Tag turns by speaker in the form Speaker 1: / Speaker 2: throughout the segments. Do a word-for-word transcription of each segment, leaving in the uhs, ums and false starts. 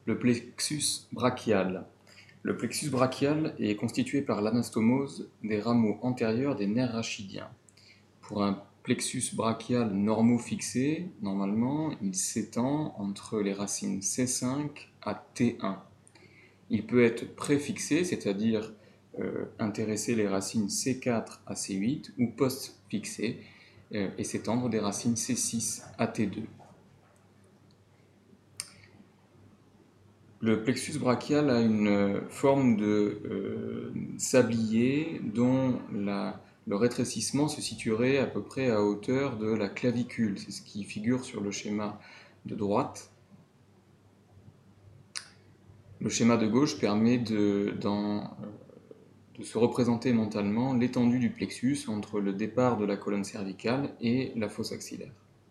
Speaker 1: Le plexus brachial. Le plexus brachial est constitué par l'anastomose des rameaux antérieurs des nerfs rachidiens. Pour un plexus brachial normofixé, normalement, il s'étend entre les racines C cinq à T un. Il peut être préfixé, c'est-à-dire euh, intéresser les racines C quatre à C huit, ou postfixé, euh, et s'étendre des racines C six à T deux. Le plexus brachial a une forme de euh, sablier dont la, le rétrécissement se situerait à peu près à hauteur de la clavicule. C'est ce qui figure sur le schéma de droite. Le schéma de gauche permet de, dans, de se représenter mentalement l'étendue du plexus entre le départ de la colonne cervicale et la fosse axillaire.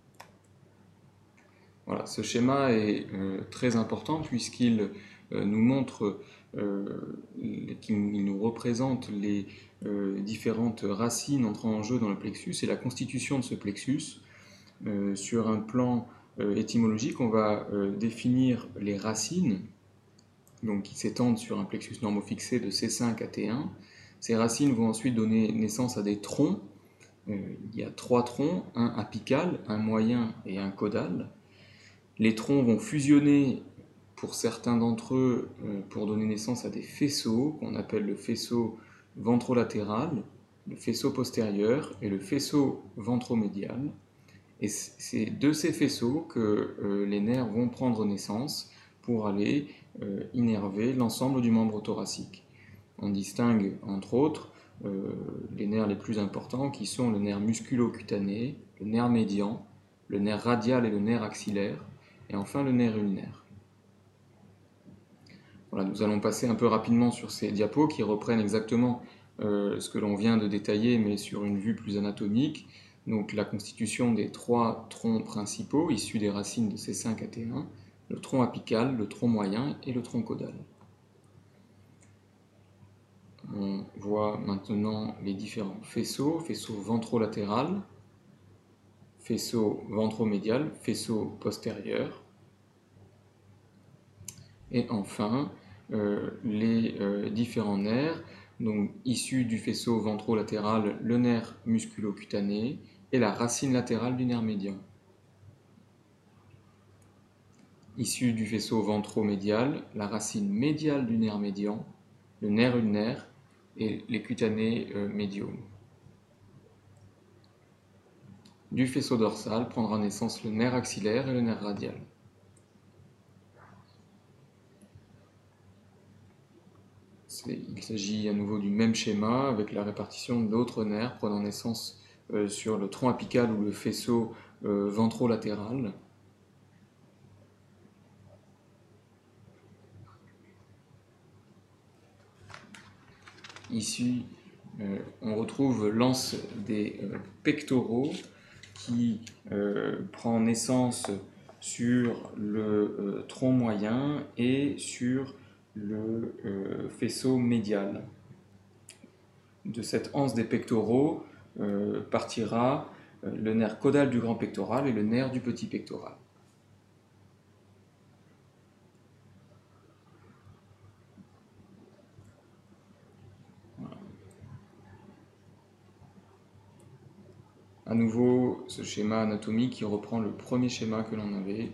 Speaker 1: Voilà, ce schéma est euh, très important puisqu'il euh, nous montre, euh, qu'il nous représente les euh, différentes racines entrant en jeu dans le plexus et la constitution de ce plexus. Euh, sur un plan euh, étymologique, on va euh, définir les racines, donc qui s'étendent sur un plexus normofixé de C cinq à T un. Ces racines vont ensuite donner naissance à des troncs. Euh, il y a trois troncs, un apical, un moyen et un caudal. Les troncs vont fusionner pour certains d'entre eux pour donner naissance à des faisceaux qu'on appelle le faisceau ventrolatéral, le faisceau postérieur et le faisceau ventromédial. Et c'est de ces faisceaux que les nerfs vont prendre naissance pour aller innerver l'ensemble du membre thoracique. On distingue entre autres les nerfs les plus importants qui sont le nerf musculo-cutané, le nerf médian, le nerf radial et le nerf axillaire, et enfin le nerf ulnaire. Voilà, nous allons passer un peu rapidement sur ces diapos qui reprennent exactement euh, ce que l'on vient de détailler, mais sur une vue plus anatomique. Donc la constitution des trois troncs principaux issus des racines de C cinq à T un, le tronc apical, le tronc moyen et le tronc caudal. On voit maintenant les différents faisceaux, faisceau ventrolatéral, faisceau ventromédial, faisceau postérieur, et enfin euh, les euh, différents nerfs, donc issus du faisceau ventrolatéral, le nerf musculo-cutané et la racine latérale du nerf médian. Issus du faisceau ventromédial, la racine médiale du nerf médian, le nerf ulnaire et les cutanés euh, médiaux. Du faisceau dorsal prendra naissance le nerf axillaire et le nerf radial. Il s'agit à nouveau du même schéma avec la répartition d'autres nerfs prenant naissance euh, sur le tronc apical ou le faisceau euh, ventrolatéral. Ici, euh, on retrouve l'anse des euh, pectoraux qui euh, prend naissance sur le euh, tronc moyen et sur le euh, faisceau médial. De cette anse des pectoraux euh, partira euh, le nerf caudal du grand pectoral et le nerf du petit pectoral. Voilà. À nouveau, ce schéma anatomique qui reprend le premier schéma que l'on avait.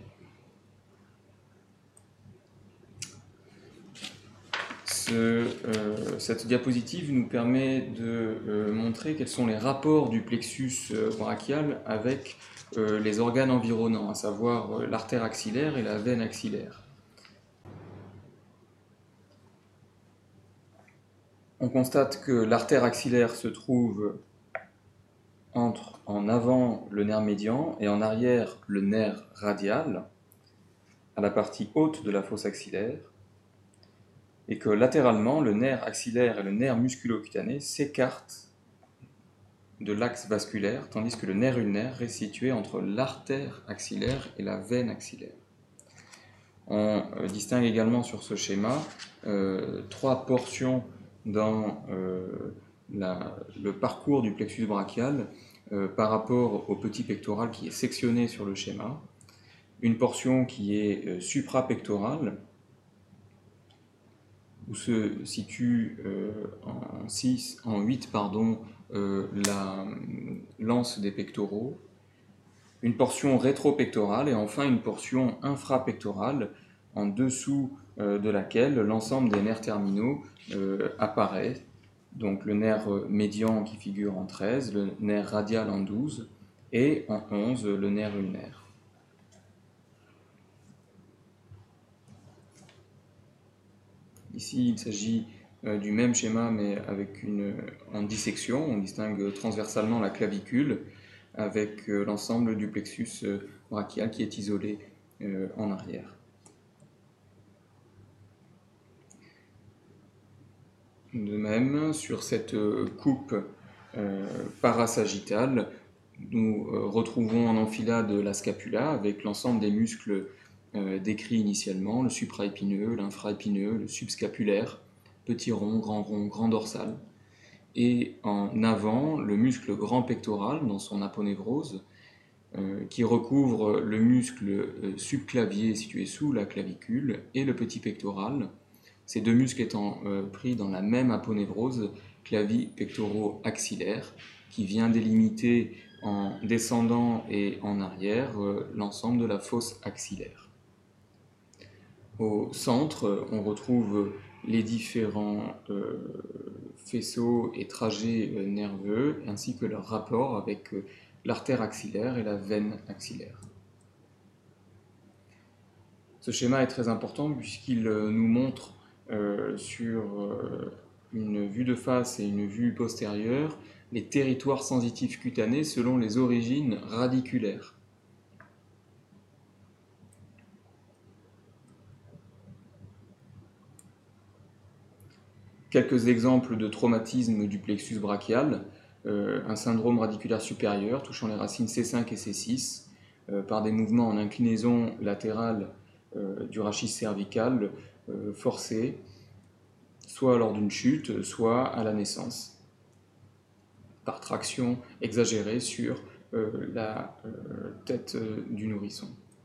Speaker 1: Ce, euh, cette diapositive nous permet de euh, montrer quels sont les rapports du plexus euh, brachial avec euh, les organes environnants, à savoir euh, l'artère axillaire et la veine axillaire. On constate que l'artère axillaire se trouve entre en avant le nerf médian et en arrière le nerf radial, à la partie haute de la fosse axillaire, et que latéralement, le nerf axillaire et le nerf musculo-cutané s'écartent de l'axe vasculaire, tandis que le nerf ulnaire est situé entre l'artère axillaire et la veine axillaire. On euh, distingue également sur ce schéma euh, trois portions dans euh, la, le parcours du plexus brachial euh, par rapport au petit pectoral qui est sectionné sur le schéma. Une portion qui est euh, suprapectorale, où se situe euh, en, six, en huit pardon, euh, la l'anse des pectoraux, une portion rétro-pectorale et enfin une portion infrapectorale en dessous euh, de laquelle l'ensemble des nerfs terminaux euh, apparaît. Donc le nerf médian qui figure en treize, le nerf radial en douze et en onze le nerf ulnaire. Ici, il s'agit euh, du même schéma, mais avec une, en dissection. On distingue transversalement la clavicule avec euh, l'ensemble du plexus euh, brachial qui est isolé euh, en arrière. De même, sur cette euh, coupe euh, parasagittale, nous euh, retrouvons en enfilade la scapula avec l'ensemble des muscles euh, décrits initialement, le supraépineux, l'infraépineux, le subscapulaire, petit rond, grand rond, grand dorsal. Et en avant, le muscle grand pectoral dans son aponévrose, euh, qui recouvre le muscle euh, subclavier situé sous la clavicule et le petit pectoral, ces deux muscles étant euh, pris dans la même aponévrose clavipectoro-axillaire, qui vient délimiter en descendant et en arrière euh, l'ensemble de la fosse axillaire. Au centre, on retrouve les différents euh, faisceaux et trajets euh, nerveux, ainsi que leur rapport avec euh, l'artère axillaire et la veine axillaire. Ce schéma est très important puisqu'il euh, nous montre euh, sur euh, une vue de face et une vue postérieure les territoires sensitifs cutanés selon les origines radiculaires. Quelques exemples de traumatisme du plexus brachial, euh, un syndrome radiculaire supérieur touchant les racines C cinq et C six euh, par des mouvements en inclinaison latérale euh, du rachis cervical euh, forcé, soit lors d'une chute, soit à la naissance, par traction exagérée sur euh, la euh, tête euh, du nourrisson.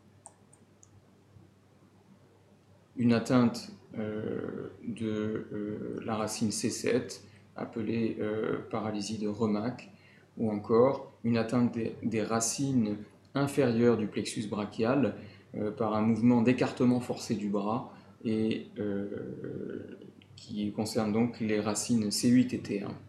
Speaker 1: Une atteinte euh, de euh, la racine C sept, appelée euh, paralysie de Remack, ou encore une atteinte des, des racines inférieures du plexus brachial euh, par un mouvement d'écartement forcé du bras et euh, qui concerne donc les racines C huit et T un.